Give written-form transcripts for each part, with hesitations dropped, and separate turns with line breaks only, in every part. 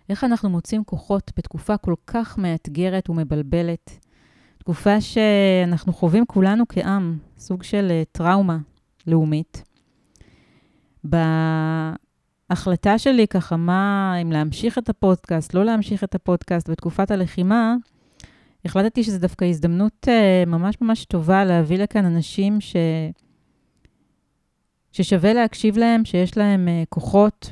איך אנחנו מוצאים כוחות בתקופה כל כך מאתגרת ומבלבלת, תקופה שאנחנו חווים כולנו כעם, סוג של טראומה לאומית. בהחלטה שלי ככה, אם להמשיך את הפודקאסט, לא להמשיך את הפודקאסט בתקופת הלחימה, החלטתי שזו דווקא הזדמנות ממש ממש טובה להביא לכאן אנשים ששווה להקשיב להם, שיש להם כוחות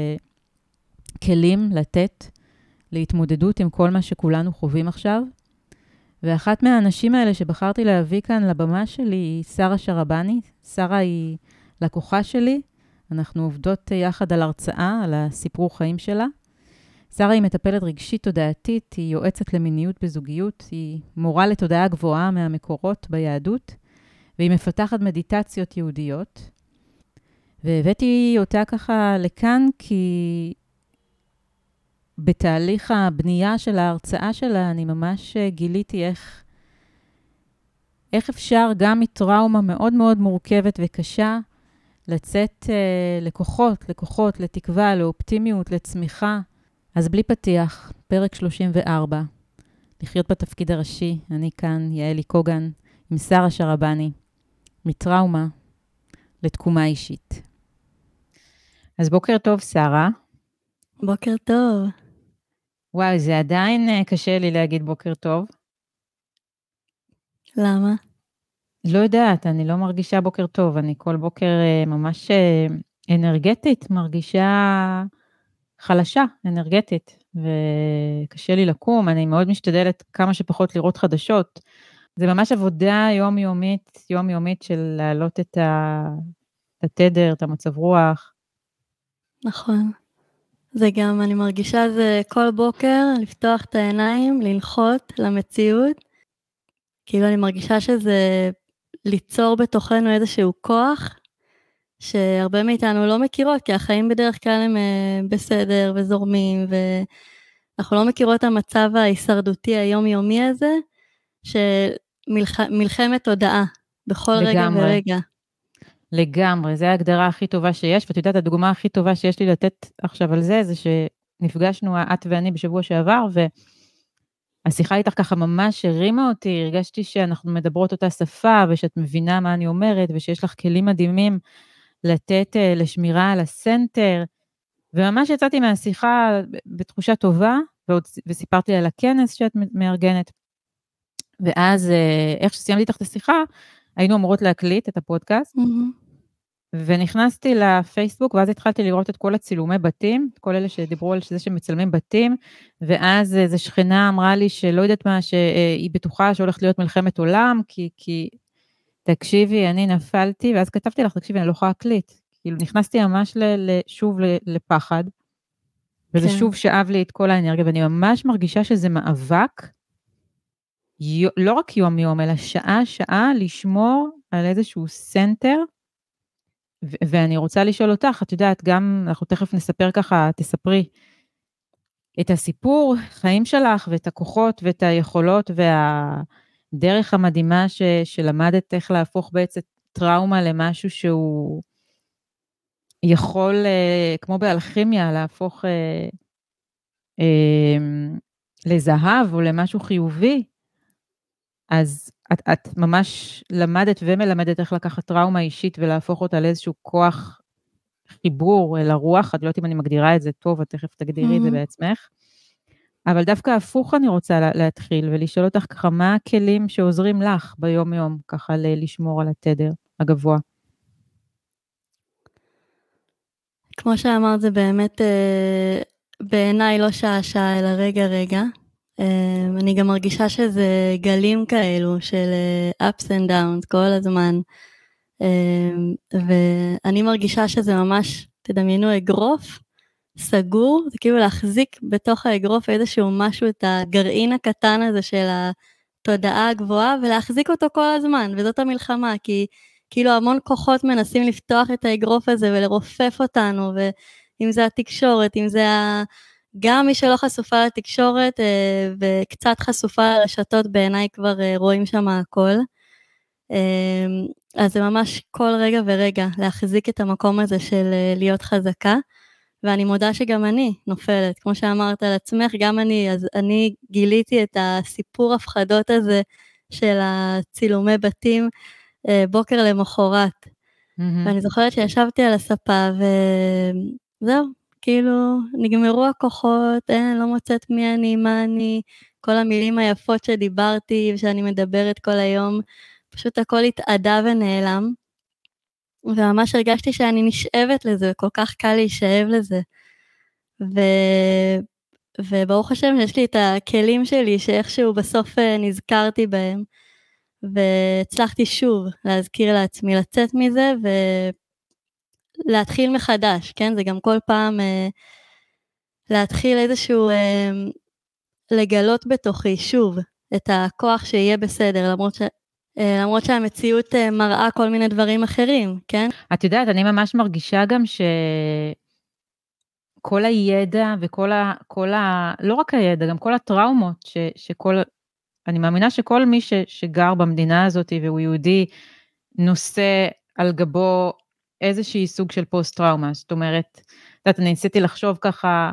וכלים לתת להתמודדות עם כל מה שכולנו חווים עכשיו. ואחת מהאנשים האלה שבחרתי להביא כאן לבמה שלי היא שרה שרבני. שרה היא לקוחה שלי. אנחנו עובדות יחד על הרצאה, על הסיפור חיים שלה. שרה היא מטפלת רגשית תודעתית, היא יועצת למיניות בזוגיות, היא מורה לתודעה גבוהה מהמקורות ביהדות, והיא מפתחת מדיטציות יהודיות. והבאתי אותה ככה לכאן כי בתהליך הבנייה של ההרצאה שלה אני ממש גיליתי איך אפשר גם מטראומה מאוד מאוד מורכבת וקשה לצאת לכוחות, לתקווה, לאופטימיות, לצמיחה. אז בלי פתיח, פרק 34, לחיות בתפקיד הראשי, אני כאן, יעלי קוגן, עם שרה שרבני, מטראומה לתקומה אישית. אז בוקר טוב, שרה.
בוקר טוב.
וואי, זה עדיין קשה לי להגיד בוקר טוב.
למה?
לא יודעת, אני לא מרגישה בוקר טוב, אני כל בוקר ממש אנרגטית, מרגישה חלשה, אנרגטית, וקשה לי לקום, אני מאוד משתדלת כמה שפחות לראות חדשות. זה ממש עבודה יומיומית של להעלות את התדר, את המצב רוח.
נכון. זה גם, אני מרגישה זה כל בוקר, לפתוח את העיניים, לנחות למציאות. כאילו אני מרגישה שזה ליצור בתוכנו איזשהו כוח, שהרבה מאיתנו לא מכירות, כי החיים בדרך כלל הם בסדר וזורמים, ואנחנו לא מכירות את המצב ההישרדותי היומיומי הזה, שמלחמת תודעה בכל רגע ורגע.
לגמרי, זו ההגדרה הכי טובה שיש, ואת יודעת, הדוגמה הכי טובה שיש לי לתת עכשיו על זה שנפגשנו את ואני בשבוע שעבר, והשיחה איתך ככה ממש הרימה אותי, הרגשתי שאנחנו מדברות אותה שפה, ושאת מבינה מה אני אומרת, ושיש לך כלים מדהימים לתת לשמירה על הסנטר, וממש יצאתי מהשיחה בתחושה טובה, וסיפרתי על הכנס שאת מארגנת, ואז איך שסיימתי איתך את השיחה, היינו אמורות להקליט את הפודקאסט, ונכנסתי לפייסבוק, ואז התחלתי לראות את כל הצילומי בתים, את כל אלה שדיברו על זה שמצלמים בתים, ואז איזו שכנה אמרה לי שלא יודעת מה, שהיא בטוחה שהולכת להיות מלחמת עולם, כי תקשיבי, אני נפלתי, ואז כתבתי לך, תקשיבי, אני לא יכולה להקליט. כאילו נכנסתי ממש שוב לפחד, וזה שוב שאב לי את כל האנרגיה, ואני ממש מרגישה שזה מאבק, לא רק יום, אלא שעה, לשמור על איזשהו סנטר, ואני רוצה לשאול אותך, את יודעת, גם אנחנו תכף נספר ככה, תספרי את הסיפור, חיים שלך, ואת הכוחות, ואת היכולות, והדרך המדהימה שלמדת איך להפוך בעצם טראומה למשהו שהוא יכול, כמו באלכימיה, להפוך לזהב או למשהו חיובי. אז את ממש למדת ומלמדת איך לקחת טראומה אישית ולהפוך אותה לאיזשהו כוח חיבור אל הרוח, את לא יודעת אם אני מגדירה את זה טוב, את תכף תגדירי את זה בעצמך, אבל דווקא הפוך אני רוצה להתחיל ולשאול אותך ככה, מה הכלים שעוזרים לך ביום יום, ככה לשמור על התדר הגבוה?
כמו שאמרת, זה באמת בעיניי לא שעה, אלא רגע. אני גם מרגישה שזה גלים כאלו של ups and downs כל הזמן. ואני מרגישה שזה ממש, תדמיינו אגרוף סגור, זה כאילו להחזיק בתוך האגרוף איזשהו משהו, את הגרעין הקטן הזה של התודעה הגבוהה, ולהחזיק אותו כל הזמן, וזאת המלחמה, כי כאילו המון כוחות מנסים לפתוח את האגרוף הזה ולרופף אותנו, ואם זה התקשורת, אם זה גם מי שלא חשופה לתקשורת, וקצת חשופה לרשתות, בעיניי כבר רואים שם הכל. אז זה ממש כל רגע ורגע, להחזיק את המקום הזה של להיות חזקה, ואני מודה שגם אני נופלת, כמו שאמרת על עצמך, גם אני, אז אני גיליתי את הסיפור הפחדות הזה של הצילומי בתים בוקר למחרת. ואני זוכרת שישבתי על הספה וזהו, כאילו נגמרו הכוחות, לא מוצאת מי אני, מה אני, כל המילים היפות שדיברתי ושאני מדברת כל היום, פשוט הכל התאדה ונעלם. וממש הרגשתי שאני נשאבת לזה, כל כך קל להישאב לזה. וברוך השם שיש לי את הכלים שלי, שאיכשהו בסוף נזכרתי בהם, והצלחתי שוב להזכיר לעצמי לצאת מזה, ולהתחיל מחדש, כן? זה גם כל פעם להתחיל איזשהו, לגלות בתוכי שוב את הכוח שיהיה בסדר, למרות שהמציאות מראה כל מיני דברים אחרים, כן?
את יודעת, אני ממש מרגישה גם כל הידע לא רק הידע, גם כל הטראומות, אני מאמינה שכל מי שגר במדינה הזאת והוא יהודי, נושא על גבו איזושהי סוג של פוסט-טראומה. זאת אומרת, אני ניסיתי לחשוב ככה,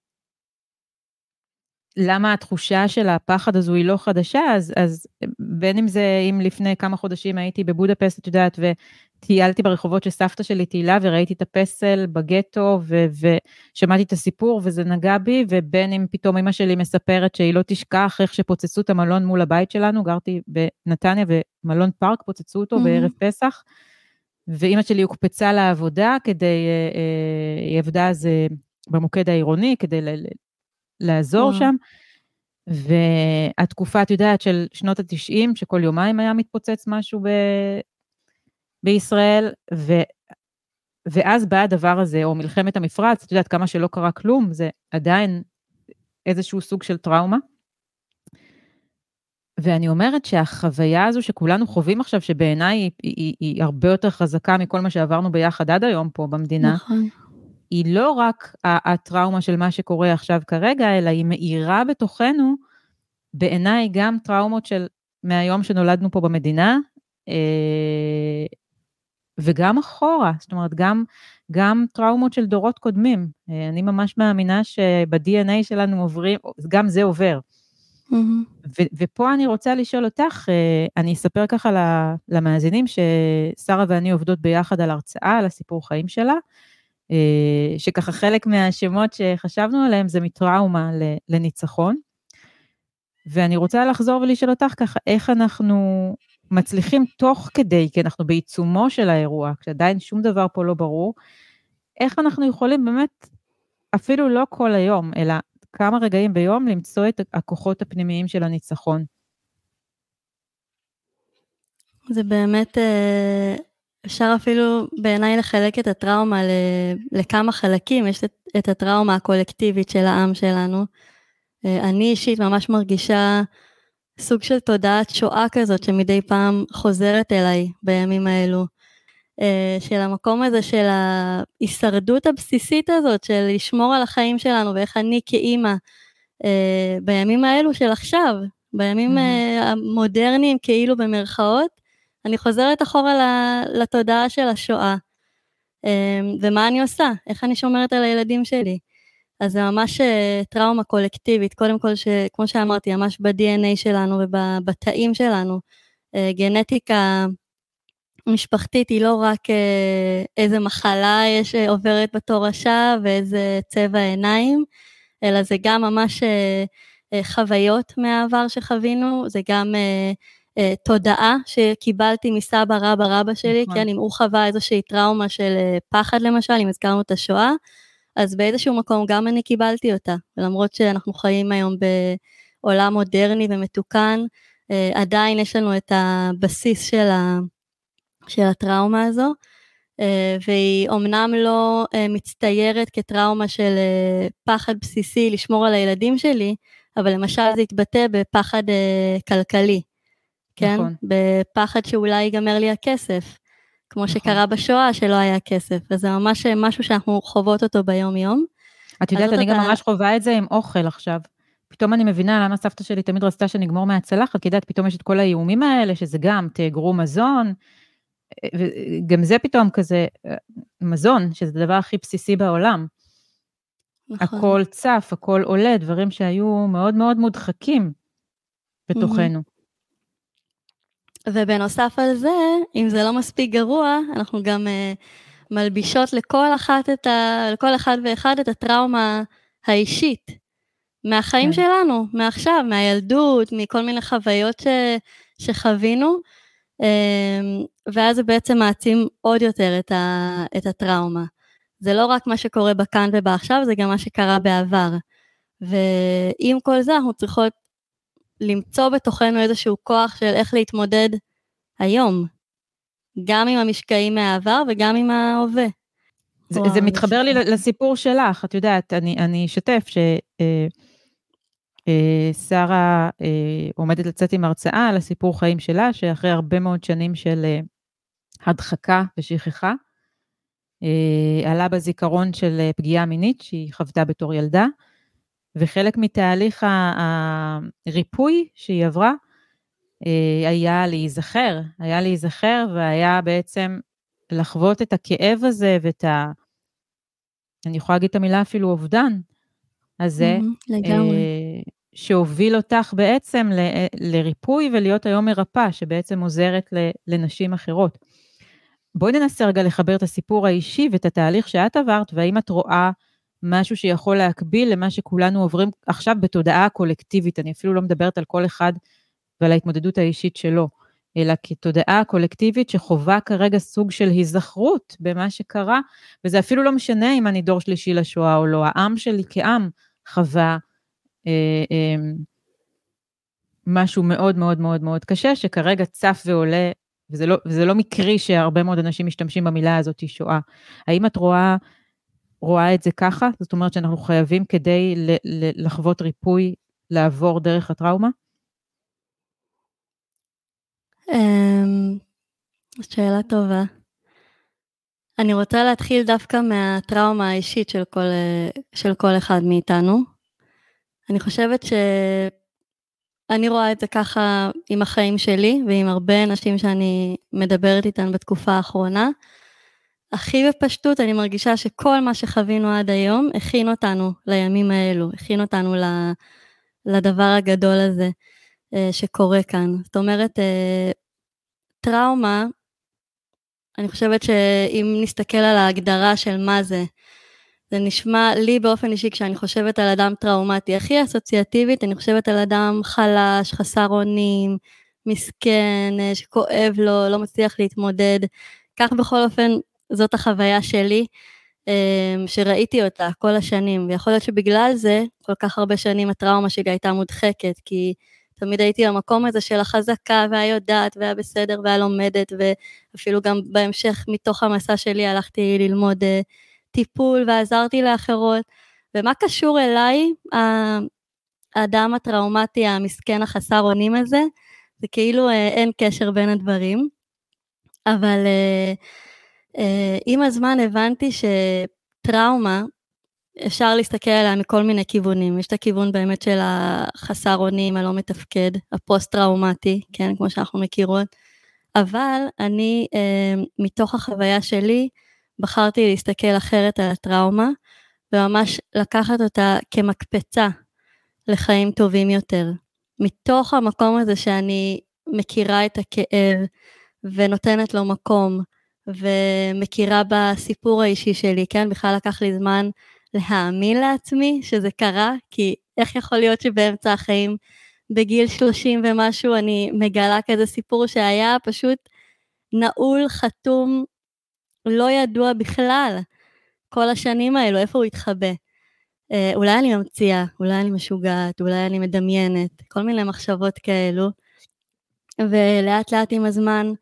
למה התחושה של הפחד הזו היא לא חדשה, אז בין אם זה, אם לפני כמה חודשים הייתי בבודפסט, את יודעת, וטיילתי ברחובות שסבתא שלי טיילה, וראיתי את הפסל בגטו, ושמעתי את הסיפור, וזה נגע בי, ובין אם פתאום אמא שלי מספרת שהיא לא תשכח איך שפוצצו את המלון מול הבית שלנו, גרתי בנתניה, ומלון פארק פוצצו אותו בערב פסח, ואמא שלי הוקפצה לעבודה, היא עבדה אז במוקד העירוני, כדי לעזור שם, והתקופה, את יודעת, של שנות ה-90, שכל יומיים היה מתפוצץ משהו בישראל, ואז בא הדבר הזה, או מלחמת המפרץ, את יודעת, כמה שלא קרה כלום, זה עדיין איזשהו סוג של טראומה, ואני אומרת שהחוויה הזו שכולנו חווים עכשיו, שבעיניי היא הרבה יותר חזקה מכל מה שעברנו ביחד עד היום פה במדינה,
נכון.
היא לא רק הטראומה של מה שקורה עכשיו כרגע, אלא היא מאירה בתוכנו, בעיניי גם טראומות של מהיום שנולדנו פה במדינה, וגם אחורה, זאת אומרת, גם טראומות של דורות קודמים. אני ממש מאמינה שב-DNA שלנו עוברים, גם זה עובר. ופה אני רוצה לשאול אותך, אני אספר ככה למאזינים, ששרה ואני עובדות ביחד על הרצאה, על הסיפור חיים שלה, שככה חלק מהשמות שחשבנו עליהם, זה מטראומה לניצחון, ואני רוצה לחזור ולשאול אותך ככה, איך אנחנו מצליחים תוך כדי, כי אנחנו בעיצומו של האירוע, כשעדיין שום דבר פה לא ברור, איך אנחנו יכולים באמת, אפילו לא כל היום, אלא כמה רגעים ביום, למצוא את הכוחות הפנימיים של הניצחון.
זה באמת, אפשר אפילו בעיניי לחלק את הטראומה לכמה חלקים, יש את הטראומה הקולקטיבית של העם שלנו, אני אישית ממש מרגישה סוג של תודעת שואה כזאת שמדי פעם חוזרת אליי בימים האלו, של המקום הזה של ההישרדות הבסיסית הזאת של לשמור על החיים שלנו ואיך אני כאימא בימים האלו של עכשיו, בימים המודרניים כאילו במרכאות, אני חוזרת אחורה לתודעה של השואה, ומה אני עושה, איך אני שומרת על הילדים שלי. אז זה ממש טראומה קולקטיבית, קודם כל כמו שאמרתי, ממש ב-DNA שלנו ובתאים שלנו, גנטיקה משפחתית היא לא רק איזה מחלה יש עוברת בתורשה ואיזה צבע עיניים, אלא זה גם ממש חוויות מהעבר שחווינו, זה גם תודעה שקיבלתי מסבא רבא שלי, כן, אם הוא חווה איזושהי טראומה של פחד למשל, אם הזכרנו את השואה, אז באיזשהו מקום גם אני קיבלתי אותה, ולמרות שאנחנו חיים היום בעולם מודרני ומתוקן, עדיין יש לנו את הבסיס של הטראומה הזו, והיא אומנם לא מצטיירת כטראומה של פחד בסיסי לשמור על הילדים שלי, אבל למשל זה יתבטא בפחד כלכלי, כן?
נכון.
בפחד שאולי ייגמר לי הכסף, כמו
נכון.
שקרה בשואה שלא היה כסף, וזה ממש משהו שאנחנו חוות אותו ביום יום.
את יודעת, אני גם ממש חווה את זה עם אוכל עכשיו. פתאום אני מבינה למה סבתא שלי תמיד רצתה שנגמור מהצלחת, כי יודעת, פתאום יש את כל האיומים האלה, שזה גם תאגרו מזון, וגם זה פתאום כזה מזון, שזה הדבר הכי בסיסי בעולם.
נכון.
הכל צף, הכל עולה, דברים שהיו מאוד מאוד מודחקים בתוכנו.
ובנוסף על זה, אם זה לא מספיק גרוע, אנחנו גם מלבישות לכל אחד ואחד את הטראומה האישית, מהחיים
כן.
שלנו, מעכשיו, מהילדות, מכל מיני חוויות שחווינו, ואז זה בעצם מעצים עוד יותר את הטראומה. זה לא רק מה שקורה בכאן ובעכשיו, זה גם מה שקרה בעבר. ועם כל זה אנחנו צריכות למצוא בתוכנו איזשהו כוח של איך להתמודד היום, גם עם המשקעים מהעבר וגם עם ההווה.
זה מתחבר לי לסיפור שלך, את יודעת, אני אשתף ששרה עומדת לצאת עם הרצאה על הסיפור חיים שלה, שאחרי הרבה מאוד שנים של הדחקה ושכחה, עלה בזיכרון של פגיעה מינית שהיא חוותה בתור ילדה, וחלק מתהליך הריפוי שהיא עברה, היה להיזכר, והיה בעצם לחוות את הכאב הזה, ואת אני יכולה להגיד את המילה אפילו אובדן, הזה, שהוביל אותך בעצם לריפוי, ולהיות היום מרפאה, שבעצם עוזרת לנשים אחרות. בואי ננסה רגע לחבר את הסיפור האישי, ואת התהליך שאת עברת, והאם את רואה משהו שיכול להקביל למה שכולנו עוברים עכשיו בתודעה הקולקטיבית, אני אפילו לא מדברת על כל אחד ועל ההתמודדות האישית שלו, אלא כתודעה קולקטיבית שחובה כרגע סוג של היזכרות במה שקרה, וזה אפילו לא משנה אם אני דור שלישי לשואה או לא, העם שלי כעם חווה משהו מאוד מאוד מאוד מאוד קשה, שכרגע צף ועולה, וזה לא מקרי שהרבה מאוד אנשים משתמשים במילה הזאת שואה. האם את רואה את זה ככה? זאת אומרת שאנחנו חייבים כדי לחוות ריפוי, לעבור דרך הטראומה?
שאלה טובה. אני רוצה להתחיל דווקא מהטראומה האישית של כל אחד מאיתנו. אני חושבת שאני רואה את זה ככה עם החיים שלי, ועם הרבה אנשים שאני מדברת איתן בתקופה האחרונה. הכי בפשטות אני מרגישה שכל מה שחווינו עד היום, הכין אותנו לימים האלו, הכין אותנו לדבר הגדול הזה שקורה כאן. זאת אומרת, טראומה, אני חושבת שאם נסתכל על ההגדרה של מה זה, זה נשמע לי באופן אישי, כשאני חושבת על אדם טראומטי, הכי אסוציאטיבית, אני חושבת על אדם חלש, חסר אונים, מסכן, שכואב לו, לא מצליח להתמודד. כך בכל אופן, זאת החוויה שלי, שראיתי אותה כל השנים, ויכול להיות שבגלל זה, כל כך הרבה שנים הטראומה שלי הייתה מודחקת, כי תמיד הייתי במקום הזה של החזקה, והיודעת, והבסדר, והלומדת, ואפילו גם בהמשך מתוך המסע שלי, הלכתי ללמוד טיפול, ועזרתי לאחרות, ומה קשור אליי, האדם הטראומטי, המסכן, החסר אונים הזה, זה כאילו אין קשר בין הדברים, אבל עם הזמן הבנתי שטראומה, אפשר להסתכל עליה מכל מיני כיוונים, יש את הכיוון באמת של החסר אונים, הלא מתפקד, הפוסט-טראומטי, כן, כמו שאנחנו מכירות, אבל אני, מתוך החוויה שלי, בחרתי להסתכל אחרת על הטראומה, וממש לקחת אותה כמקפצה לחיים טובים יותר. מתוך המקום הזה שאני מכירה את הכאב, ונותנת לו מקום, ומכירה בסיפור האישי שלי, כן? בכלל לקח לי זמן להאמין לעצמי שזה קרה, כי איך יכול להיות שבאמצע החיים, בגיל 30 ומשהו, אני מגלה כזה סיפור שהיה פשוט נעול, חתום, לא ידוע בכלל, כל השנים האלו, איפה הוא התחבא. אולי אני ממציאה, אולי אני משוגעת, אולי אני מדמיינת, כל מיני מחשבות כאלו, ולאט לאט עם הזמן,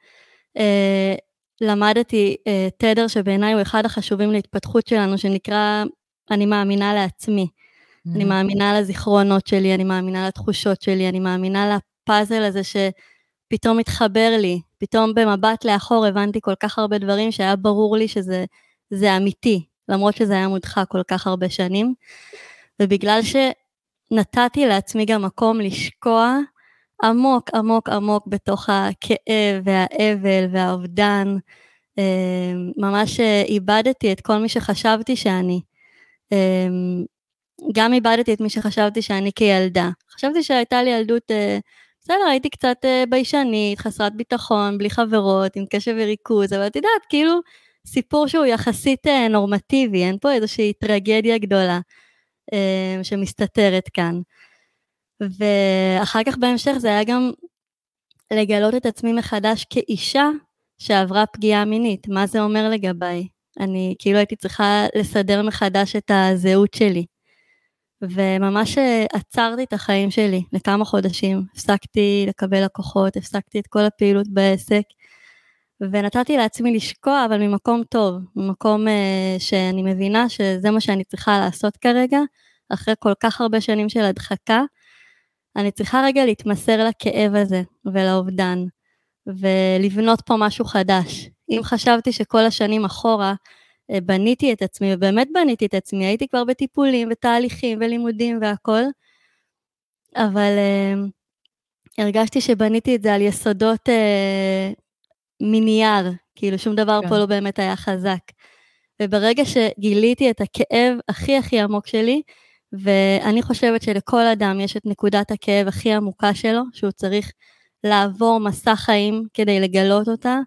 למדתי תדר שבעיניי הוא אחד החשובים להתפתחות שלנו, שנקרא, אני מאמינה לעצמי, אני מאמינה לזיכרונות שלי, אני מאמינה לתחושות שלי, אני מאמינה לפאזל הזה שפתאום מתחבר לי, פתאום במבט לאחור הבנתי כל כך הרבה דברים שהיה ברור לי שזה אמיתי, למרות שזה היה מודחק כל כך הרבה שנים, ובגלל שנתתי לעצמי גם מקום לשקוע עמוק עמוק עמוק בתוך הכאב והאבל והאובדן, ממש איבדתי את כל מי שחשבתי שאני, גם איבדתי את מי שחשבתי שאני כילדה. חשבתי שהייתה לי ילדות, בסדר, הייתי קצת ביישנית, חסרת ביטחון, בלי חברות, עם קשב וריכוז, אבל את יודעת, כאילו, סיפור שהוא יחסית נורמטיבי, אין פה איזושהי טרגדיה גדולה שמסתתרת כאן. ואחר כך בהמשך זה היה גם לגלות את עצמי מחדש כאישה שעברה פגיעה מינית. מה זה אומר לגביי? אני כאילו הייתי צריכה לסדר מחדש את הזהות שלי. וממש עצרתי את החיים שלי לכמה חודשים. הפסקתי לקבל לקוחות, הפסקתי את כל הפעילות בעסק, ונתתי לעצמי לשקוע, אבל ממקום טוב, ממקום שאני מבינה שזה מה שאני צריכה לעשות כרגע, אחרי כל כך הרבה שנים של הדחקה, אני צריכה רגע להתמסר לכאב הזה ולאובדן, ולבנות פה משהו חדש. אם חשבתי שכל השנים אחורה בניתי את עצמי, ובאמת בניתי את עצמי, הייתי כבר בטיפולים ותהליכים ולימודים והכל, אבל הרגשתי שבניתי את זה על יסודות מנייר, כאילו שום דבר פה לא באמת היה חזק. וברגע שגיליתי את הכאב הכי הכי עמוק שלי, ואני חושבת שלכל אדם יש את נקודת הכאב הכי עמוקה שלו, שהוא צריך לעבור מסע חיים כדי לגלות אותה,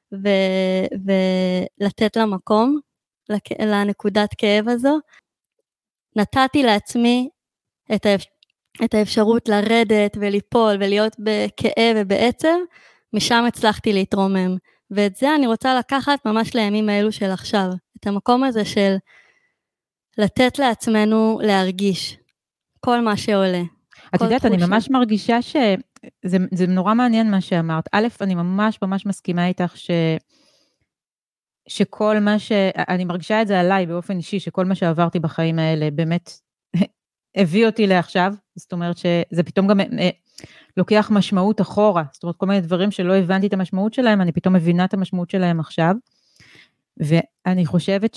ולתת לה מקום, לנקודת כאב הזו. נתתי לעצמי את האפשרות לרדת וליפול ולהיות בכאב ובעצם, משם הצלחתי להתרומם. ואת זה אני רוצה לקחת ממש לימים האלו של עכשיו. את המקום הזה של לתת לעצמנו להרגיש כל מה שעולה.
את יודעת, אני ממש מרגישה שזה נורא מעניין מה שאמרת. א', אני ממש ממש מסכימה איתך שכל מה אני מרגישה את זה עליי באופן אישי, שכל מה שעברתי בחיים האלה באמת הביא אותי לעכשיו. זאת אומרת שזה פתאום גם לוקח משמעות אחורה. זאת אומרת, כל מיני דברים שלא הבנתי את המשמעות שלהם, אני פתאום מבינה את המשמעות שלהם עכשיו. ואני חושבת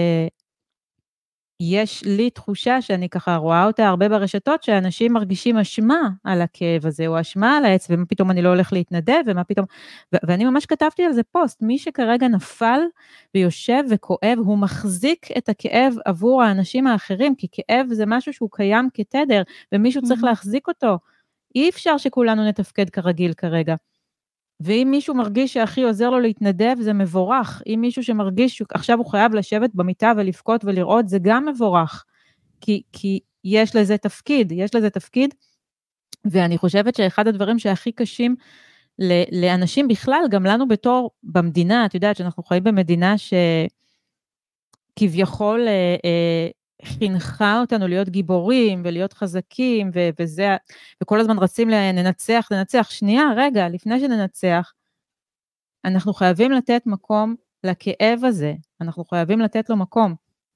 יש לי תחושה שאני ככה רואה אותה הרבה ברשתות, שאנשים מרגישים אשמה על הכאב הזה, או אשמה על העץ, ומה פתאום אני לא הולך להתנדב, ומה פתאום, ואני ממש כתבתי על זה פוסט, מי שכרגע נפל ויושב וכואב, הוא מחזיק את הכאב עבור האנשים האחרים, כי כאב זה משהו שהוא קיים כתדר, ומישהו צריך להחזיק אותו. אי אפשר שכולנו נתפקד כרגיל כרגע. ואם מישהו מרגיש שהכי עוזר לו להתנדב, זה מבורך. אם מישהו שמרגיש שעכשיו הוא חייב לשבת במיטה ולבכות ולראות, זה גם מבורך. כי יש לזה תפקיד, ואני חושבת שאחד הדברים שהכי קשים לאנשים בכלל, גם לנו בתור במדינה, את יודעת שאנחנו חיים במדינה שכביכול חינכה אותנו להיות גיבורים ולהיות חזקים, וכל הזמן רצים לנצח, שנייה, רגע, לפני שננצח, אנחנו חייבים לתת מקום לכאב הזה, אנחנו חייבים לתת לו מקום,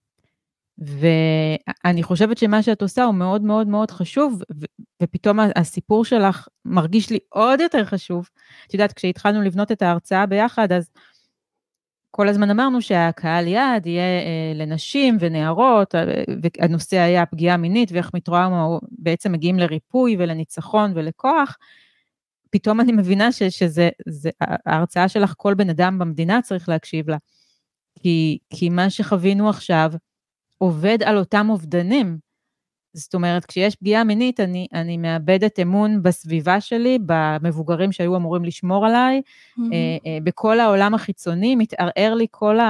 ואני חושבת שמה שאת עושה הוא מאוד מאוד מאוד חשוב, ופתאום הסיפור שלך מרגיש לי עוד יותר חשוב. את יודעת, כשהתחלנו לבנות את ההרצאה ביחד, אז כל הזמן אמרנו שהקהל יעד יהיה לנשים ונערות, והנושא היה פגיעה מינית, ואיך מטראומה בעצם מגיעים לריפוי ולניצחון ולכוח. פתאום אני מבינה ההרצאה שלך, כל בן אדם במדינה צריך להקשיב לה. כי מה שחווינו עכשיו עובד על אותם אובדנים. זאת אומרת, כשיש פגיעה מינית, אני מאבדת אמון בסביבה שלי, במבוגרים שהיו אמורים לשמור עליי, בכל העולם החיצוני, מתערער לי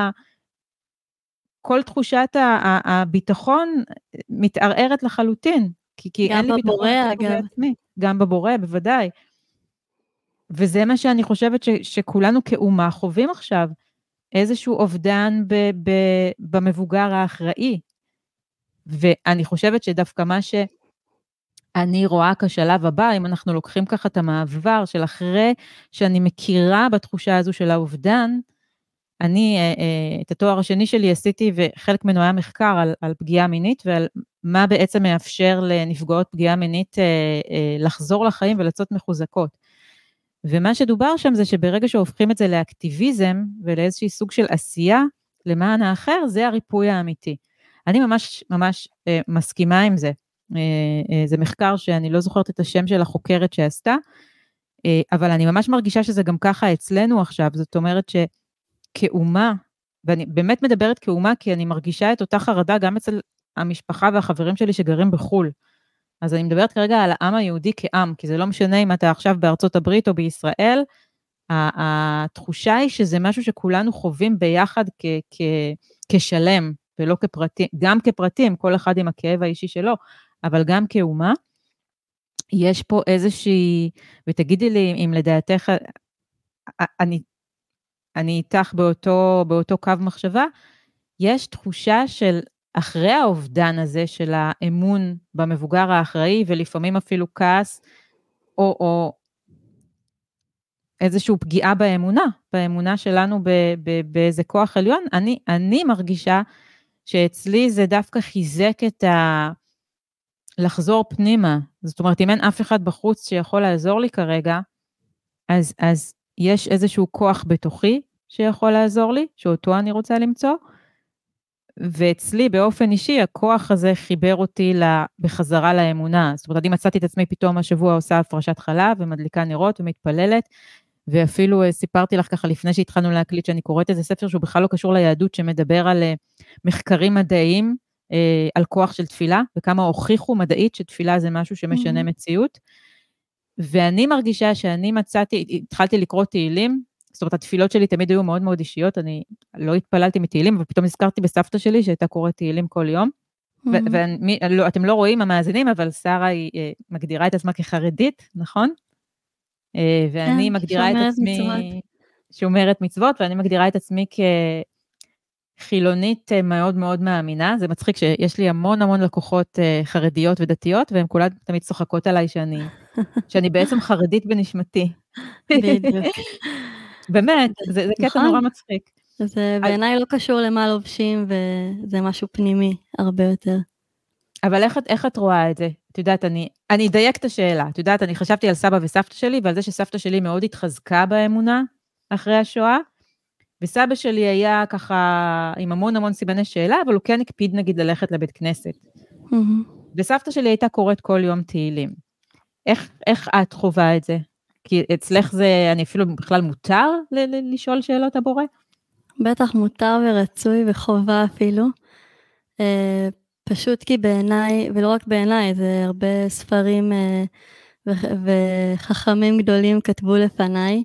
כל תחושת הביטחון מתערערת לחלוטין, כי אין לי ביטחון בעצמי, גם בבורא, בוודאי. וזה מה שאני חושבת שכולנו כאומה חווים עכשיו, איזשהו אובדן במבוגר האחראי, ואני חושבת שדווקא מה שאני רואה כשלב הבא, אם אנחנו לוקחים ככה את המעבר של אחרי שאני מכירה בתחושה הזו של האובדן, אני את התואר השני שלי עשיתי, וחלק ממנו היה מחקר על פגיעה מינית, ועל מה בעצם מאפשר לנפגעות פגיעה מינית לחזור לחיים ולצאת מחוזקות. ומה שדובר שם זה שברגע שהופכים את זה לאקטיביזם, ולאיזושהי סוג של עשייה למען האחר, זה הריפוי האמיתי. אני ממש ממש מסכימה עם זה. זה מחקר שאני לא זוכרת את השם של החוקרת שעשתה, אבל אני ממש מרגישה שזה גם ככה אצלנו עכשיו, זאת אומרת שכאומה, ואני באמת מדברת כאומה, כי אני מרגישה את אותה חרדה גם אצל המשפחה והחברים שלי שגרים בחול. אז אני מדברת כרגע על העם היהודי כעם, כי זה לא משנה אם אתה עכשיו בארצות הברית או בישראל, התחושה היא שזה משהו שכולנו חווים ביחד כשלם, ולא כפרטים, גם כפרטים, כל אחד עם הכאב האישי שלו, אבל גם כאומה. יש פה איזושהי, ותגידי לי אם לדעתך, אני איתך באותו קו מחשבה, יש תחושה של אחרי האובדן הזה של האמון במבוגר האחראי, ולפעמים אפילו כעס, או איזושהי פגיעה באמונה שלנו באיזה כוח עליון, אני מרגישה שאצלי זה דווקא חיזק לחזור פנימה. זאת אומרת, אם אין אף אחד בחוץ שיכול לעזור לי כרגע, אז יש איזשהו כוח בתוכי שיכול לעזור לי, שאותו אני רוצה למצוא, ואצלי באופן אישי, הכוח הזה חיבר אותי בחזרה לאמונה. זאת אומרת, אני מצאתי את עצמי פתאום השבוע עושה הפרשת חלב, ומדליקה נרות ומתפללת, ואפילו סיפרתי לך ככה לפני שהתחלנו להקליט, שאני קוראת איזה ספר שהוא בכלל לא קשור ליהדות, שמדבר על מחקרים מדעיים, על כוח של תפילה, וכמה הוכיחו מדעית שתפילה זה משהו שמשנה מציאות, ואני מרגישה שאני התחלתי לקרוא תהילים, זאת אומרת, התפילות שלי תמיד היו מאוד מאוד אישיות, אני לא התפללתי מתהילים, ופתאום נזכרתי בסבתא שלי, שהייתה קוראת תהילים כל יום, ואתם לא רואים המאזינים, אבל שרה היא מגדירה את עצמה כחרדית, נכון? ואני מגדירה את עצמי, שומרת מצוות, ואני מגדירה את עצמי כחילונית מאוד מאוד מאמינה, זה מצחיק שיש לי המון לקוחות חרדיות ודתיות, והן כולן תמיד צוחקות עליי שאני בעצם חרדית בנשמתי.
בדיוק.
באמת, זה קטע נורא מצחיק.
זה בעיניי לא קשור למה לובשים, וזה משהו פנימי הרבה יותר.
אבל איך את רואה את זה? את יודעת, אני אדייק את השאלה. את יודעת, אני חשבתי על סבא וסבתא שלי, ועל זה שסבתא שלי מאוד התחזקה באמונה אחרי השואה, וסבא שלי היה ככה עם המון סימני שאלה, אבל הוא כן הקפיד נגיד ללכת לבית כנסת. וסבתא שלי הייתה קוראת כל יום תהילים. איך את חווה את זה? כי אצלך זה, אני אפילו בכלל מותר לשאול שאלות הבורא?
בטח מותר ורצוי וחובה אפילו. פשוט כי בעיניי, ולא רק בעיניי, זה הרבה ספרים וחכמים גדולים כתבו לפניי,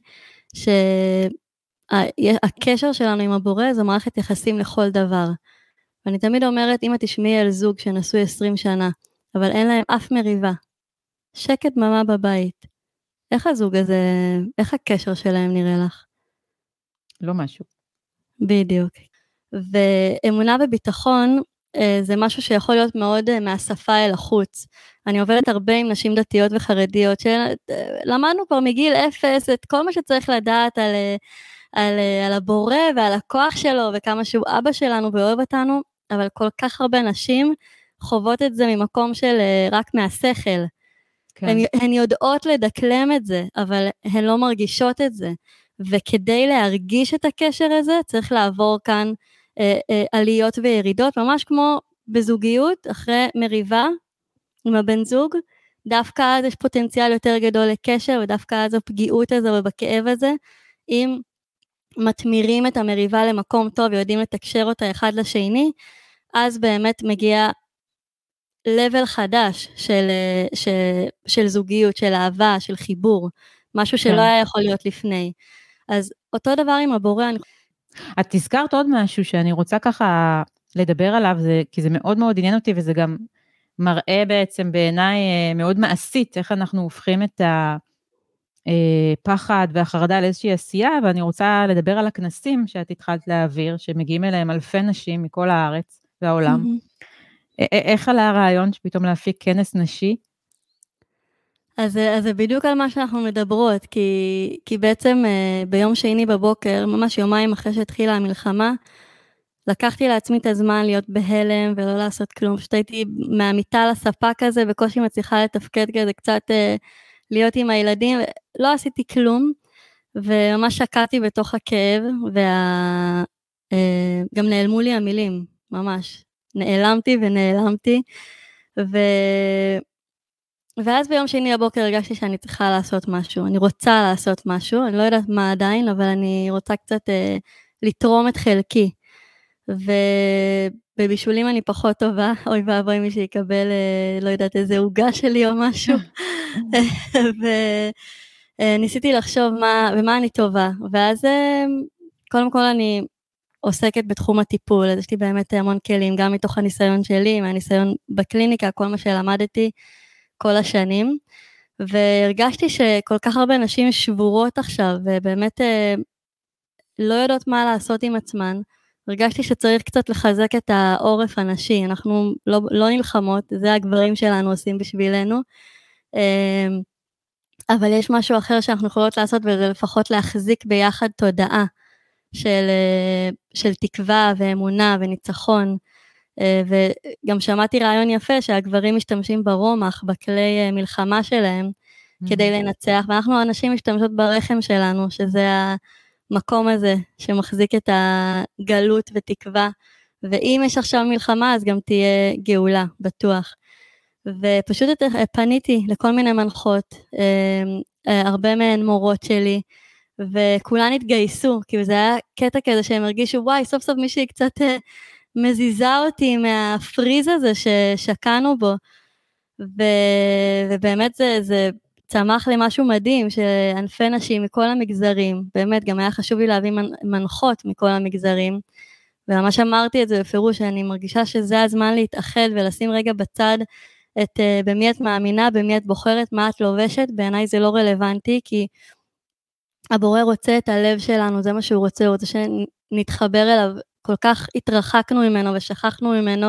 שהקשר שלנו עם הבורא זו מערכת יחסים לכל דבר. ואני תמיד אומרת, אם את תשמעי על זוג שנשוי 20 שנה, אבל אין להם אף מריבה, שקט דממה בבית, איך הזוג הזה, איך הקשר שלהם נראה לך?
לא משהו.
בדיוק. ואמונה וביטחון, זה משהו שיכול להיות מאוד מהשפה אל החוץ. אני עובדת הרבה עם נשים דתיות וחרדיות, שלמדנו כבר מגיל 0 את כל מה שצריך לדעת על הבורא ועל הכוח שלו, וכמה שהוא אבא שלנו ואוהב אותנו, אבל כל כך הרבה נשים חוות את זה ממקום של רק מהשכל. כן. הן יודעות לדקלם את זה, אבל הן לא מרגישות את זה. וכדי להרגיש את הקשר הזה, צריך לעבור כאן עליות וירידות, ממש כמו בזוגיות, אחרי מריבה עם הבן זוג, דווקא אז יש פוטנציאל יותר גדול לקשר, ודווקא אז הפגיעות הזו ובכאב הזה, אם מתמירים את המריבה למקום טוב, ויודעים לתקשר אותה אחד לשני, אז באמת מגיע level חדש של זוגיות, של אהבה, של חיבור, משהו שלא היה יכול להיות לפני. אז אותו דבר עם הבורא.
את תזכרת עוד משהו שאני רוצה ככה לדבר עליו, כי זה מאוד מאוד עניין אותי, וזה גם מראה בעצם בעיניי מאוד מעשית, איך אנחנו הופכים את הפחד והחרדה לאיזושהי עשייה, ואני רוצה לדבר על הכנסים שאת התחלת להעביר, שמגיעים אליהם אלפי נשים מכל הארץ והעולם. איך עלה הרעיון שפתאום להפיק כנס נשי?
אז זה בדיוק על מה שאנחנו מדברות, כי בעצם ביום שני בבוקר, ממש יומיים אחרי שהתחילה המלחמה, לקחתי לעצמי את הזמן להיות בהלם ולא לעשות כלום, פשוט הייתי מהמיטה לספה כזה, בקושי מצליחה לתפקד כזה, קצת להיות עם הילדים, לא עשיתי כלום, וממש שקעתי בתוך הכאב, גם נעלמו לי המילים, ממש. נעלמתי, ואז ביום שני הבוקר הרגשתי שאני צריכה לעשות משהו, אני רוצה לעשות משהו, אני לא יודעת מה עדיין, אבל אני רוצה קצת לתרום את חלקי, ובבישולים אני פחות טובה, אוי ואבוי מי שיקבל, לא יודעת, איזה עוגה שלי או משהו. וניסיתי לחשוב במה אני טובה, ואז קודם כל אני עוסקת בתחום הטיפול, אז יש לי באמת המון כלים, גם מתוך הניסיון שלי, מהניסיון בקליניקה, כל מה שלמדתי כל השנים, והרגשתי שכל כך הרבה נשים שבורות עכשיו, ובאמת לא יודעות מה לעשות עם עצמן, הרגשתי שצריך קצת לחזק את העורף הנשי, אנחנו לא נלחמות, זה הגברים שלנו עושים בשבילנו, אבל יש משהו אחר שאנחנו יכולות לעשות, וזה לפחות להחזיק ביחד תודעה של תקווה ואמונה וניצחון, וגם שמעתי רעיון יפה שהגברים משתמשים ברומח, בכלי מלחמה שלהם, כדי לנצח, ואנחנו האנשים משתמשות ברחם שלנו, שזה המקום הזה שמחזיק את הגלות ותקווה, ואם יש עכשיו מלחמה אז גם תהיה גאולה, בטוח. ופשוט פניתי לכל מיני מנחות, הרבה מהן מורות שלי, וכולן התגייסו, כי זה היה קטע כזה שהם הרגישו, וואי, סוף סוף מישהי קצת מזיזה אותי מהפריז הזה ששקענו בו, ובאמת זה צמח לי משהו מדהים, שענפי נשים מכל המגזרים, באמת גם היה חשוב לי להביא מנחות מכל המגזרים, וממש אמרתי את זה בפירוש, שאני מרגישה שזה הזמן להתאחד ולשים רגע בצד את במי את מאמינה, במי את בוחרת, מה את לובשת, בעיניי זה לא רלוונטי, כי הבורא רוצה את הלב שלנו, זה מה שהוא רוצה, הוא רוצה שנתחבר אליו, כל כך התרחקנו ממנו ושכחנו ממנו,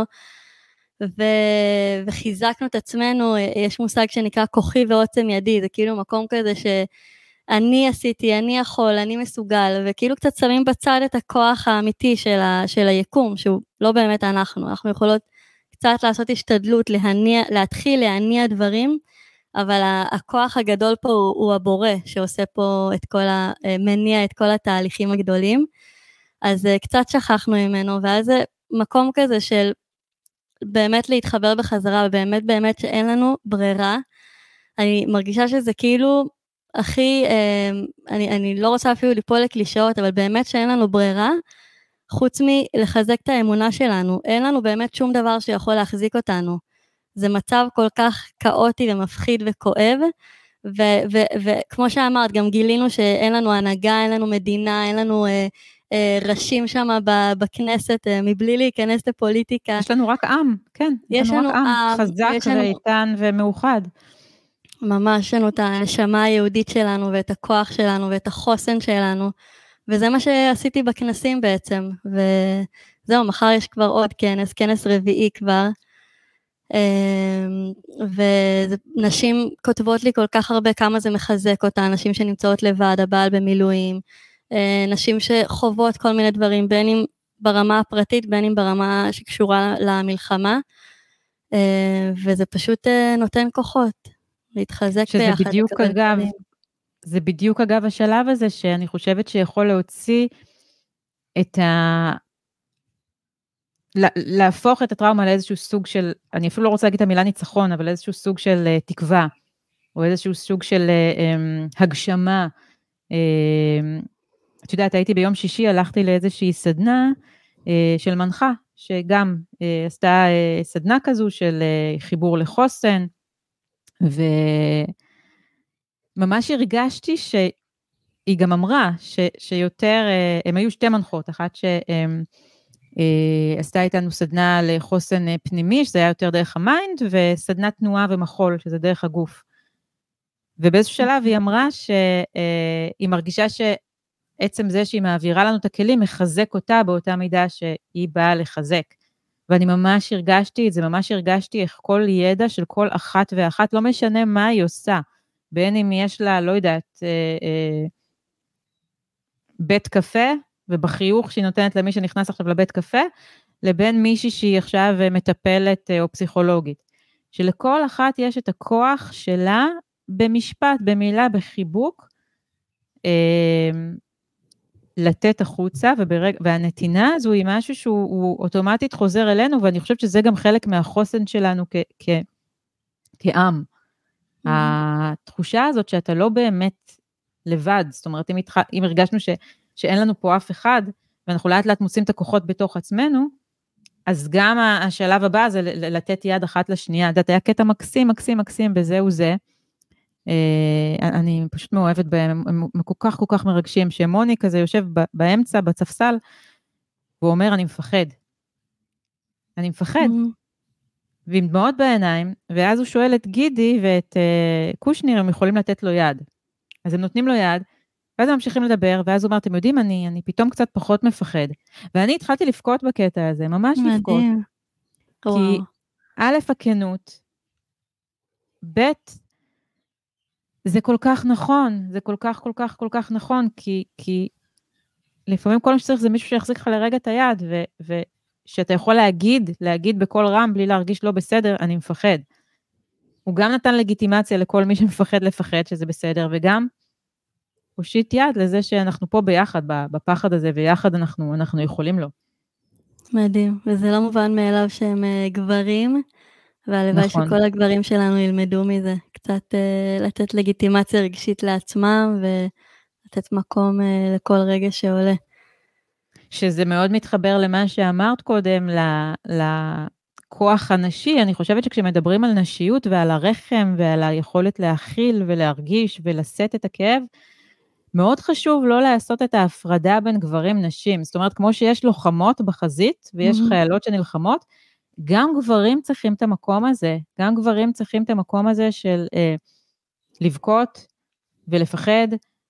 וחיזקנו את עצמנו, יש מושג שנקרא כוחי ועוצם ידי, זה כאילו מקום כזה שאני עשיתי, אני יכול, אני מסוגל, וכאילו קצת שמים בצד את הכוח האמיתי של היקום, שהוא לא באמת אנחנו יכולות קצת לעשות השתדלות, להתחיל להניע דברים, אבל הכוח הגדול פה הוא הבורא, שעושה פה מניע את כל התהליכים הגדולים, אז קצת שכחנו ממנו, ואז זה מקום כזה של באמת להתחבר בחזרה, ובאמת באמת שאין לנו ברירה, אני מרגישה שזה כאילו הכי, אני לא רוצה אפילו ליפול לקלישאות, אבל באמת שאין לנו ברירה, חוץ מלחזק את האמונה שלנו, אין לנו באמת שום דבר שיכול להחזיק אותנו, זה מצב כל כך כאוטי ומפחיד וכואב, וכמו שאמרת, גם גילינו שאין לנו הנהגה, אין לנו מדינה, אין לנו ראשים שם בכנסת, מבלי להיכנס לפוליטיקה.
יש לנו רק עם, כן. יש לנו רק עם, חזק ואיתן ומאוחד.
ממש, יש לנו את הנשמה היהודית שלנו, ואת הכוח שלנו, ואת החוסן שלנו, וזה מה שעשיתי בכנסים בעצם, וזהו, מחר יש כבר עוד כנס רביעי כבר, ונשים כותבות לי כל כך הרבה כמה זה מחזק אותה, נשים שנמצאות לבד, הבעל במילואים, נשים שחוות כל מיני דברים, בין אם ברמה הפרטית, בין אם ברמה שקשורה למלחמה, וזה פשוט נותן כוחות, להתחזק ביחד.
זה בדיוק אגב השלב הזה, שאני חושבת שיכול להוציא להפוך את הטראומה לאיזשהו סוג של, אני אפילו לא רוצה להגיד את המילה ניצחון, אבל איזשהו סוג של תקווה, או איזשהו סוג של הגשמה. את יודעת, הייתי ביום שישי, הלכתי לאיזושהי סדנה של מנחה, שגם עשתה סדנה כזו של חיבור לחוסן, וממש הרגשתי שהיא גם אמרה שיותר, הם היו שתי מנחות, אחת עשתה איתנו סדנה לחוסן פנימי, שזה היה יותר דרך המיינד, וסדנת תנועה ומחול, שזה דרך הגוף. ובאיזשהו שלב היא אמרה שהיא מרגישה שעצם זה שהיא מעבירה לנו את הכלים, מחזק אותה באותה מידה שהיא באה לחזק. ואני ממש הרגשתי את זה, ממש הרגשתי איך כל ידע של כל אחת ואחת, לא משנה מה היא עושה, בין אם יש לה, לא יודעת, בית קפה, ובחיוך שהיא נותנת למי שנכנס עכשיו לבית קפה, לבין מישהי שהיא עכשיו מטפלת או פסיכולוגית. שלכל אחת יש את הכוח שלה, במשפט, במילה, בחיבוק, לתת החוצה, והנתינה הזו היא משהו שהוא אוטומטית חוזר אלינו, ואני חושבת שזה גם חלק מהחוסן שלנו כעם. התחושה הזאת שאתה לא באמת לבד, זאת אומרת, אם הרגשנו שאין לנו פה אף אחד, ואנחנו לאט לאט מוצאים את הכוחות בתוך עצמנו, אז גם השלב הבא זה לתת יד אחת לשנייה. את יודעת, היה קטע מקסים, מקסים, מקסים, בזה וזה. אני פשוט מאוהבת בהם, הם כל כך, כל כך מרגשים, שמוני כזה יושב באמצע, בצפסל, והוא אומר, אני מפחד. אני מפחד. ועם דמעות בעיניים, ואז הוא שואל את גידי ואת קושניר, הם יכולים לתת לו יד. אז הם נותנים לו יד, ואז הם ממשיכים לדבר, ואז הוא אומר, אתם יודעים, אני פתאום קצת פחות מפחד. ואני התחלתי לבכות בקטע הזה, ממש לבכות.
מדהים.
כי א', הכנות, ב', זה כל כך נכון, זה כל כך, כל כך, כל כך נכון, כי לפעמים כל מה שצריך זה מישהו שיחזיק לך לרגע את היד, ושאתה יכול להגיד בכל רם, בלי להרגיש לא בסדר, אני מפחד. הוא גם נתן לגיטימציה לכל מי שמפחד לפחד, שזה בסדר, וגם הושיט יד לזה שאנחנו פה ביחד, בפחד הזה, ויחד אנחנו יכולים לו.
מדהים, וזה לא מובן מאליו שהם גברים, והלוואי
נכון.
שכל הגברים שלנו ילמדו מזה, קצת לתת לגיטימציה רגשית לעצמם, ולתת מקום לכל רגע שעולה.
שזה מאוד מתחבר למה שאמרת קודם, לכוח הנשי. אני חושבת שכשמדברים על נשיות ועל הרחם ועל היכולת להכיל ולהרגיש ולשאת את הכאב, מאוד חשוב לא לעשות את ההפרדה בין גברים נשים. זאת אומרת, כמו שיש לוחמות בחזית ויש חיילות שנלחמות, גם גברים צריכים את המקום הזה, גם גברים צריכים את המקום הזה של לבכות ולפחד,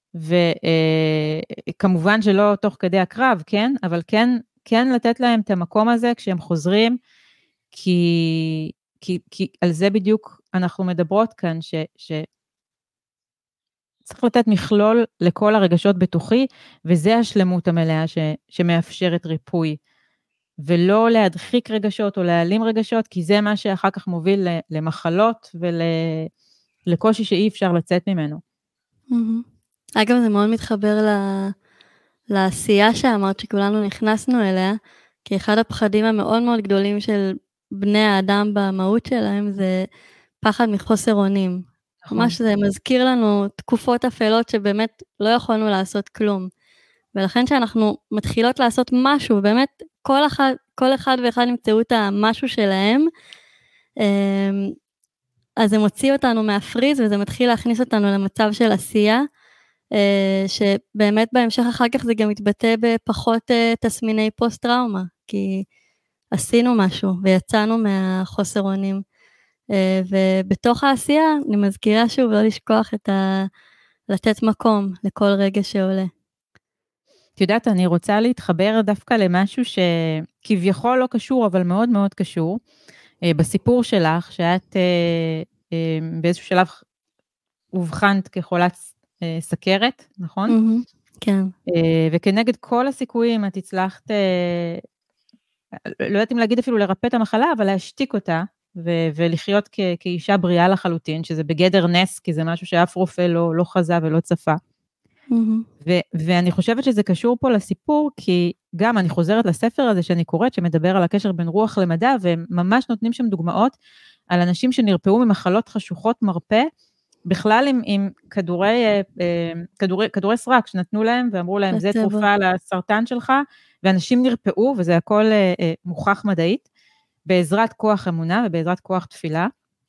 וכמובן שלא תוך כדי הקרב, כן? אבל כן לתת להם את המקום הזה כשהם חוזרים, כי על זה בדיוק אנחנו מדברות כאן, צריך לתת מכלול לכל הרגשות בתוכי, וזה השלמות המלאה שמאפשרת ריפוי, ולא להדחיק רגשות או להעלים רגשות, כי זה מה שאחר כך מוביל למחלות ולקושי שאי אפשר לצאת ממנו.
אגב, זה מאוד מתחבר לעשייה שאמרת שכולנו נכנסנו אליה, כי אחד הפחדים המאוד מאוד גדולים של בני האדם במהות שלהם זה פחד מחוסר אונים.
נכון.
ממש זה מזכיר לנו תקופות אפלות שבאמת לא יכולנו לעשות כלום. ולכן שאנחנו מתחילות לעשות משהו, באמת כל אחד ואחד ימצאו את המשהו שלהם, אז זה מוציא אותנו מהפריז, וזה מתחיל להכניס אותנו למצב של עשייה, שבאמת בהמשך אחר כך זה גם מתבטא בפחות תסמיני פוסט-טראומה, כי עשינו משהו ויצאנו מהחוסר אונים, ובתוך העשייה אני מזכירה שוב לא לשכוח לתת מקום לכל רגע שעולה.
את יודעת, אני רוצה להתחבר דווקא למשהו שכביכול לא קשור, אבל מאוד מאוד קשור, בסיפור שלך, שאת באיזשהו שלב הובחנת כחולת סכרת, נכון?
כן.
וכנגד כל הסיכויים את הצלחת, לא יודעת אם להגיד אפילו לרפא את המחלה, אבל להשתיק אותה, ולחיות כאישה בריאה לחלוטין, שזה בגדר נס, כי זה משהו שאף רופא לא חזה ולא צפה. ואני חושבת שזה קשור פה לסיפור, כי גם אני חוזרת לספר הזה שאני קוראת, שמדבר על הקשר בין רוח למדע, והם ממש נותנים שם דוגמאות על אנשים שנרפאו ממחלות חשוכות מרפא, בכלל עם כדורי סרק שנתנו להם, ואמרו להם, זה תרופה לסרטן שלך, ואנשים נרפאו, וזה הכל מוכח מדעית, בעזרת כוח אמונה ובעזרת כוח תפילה.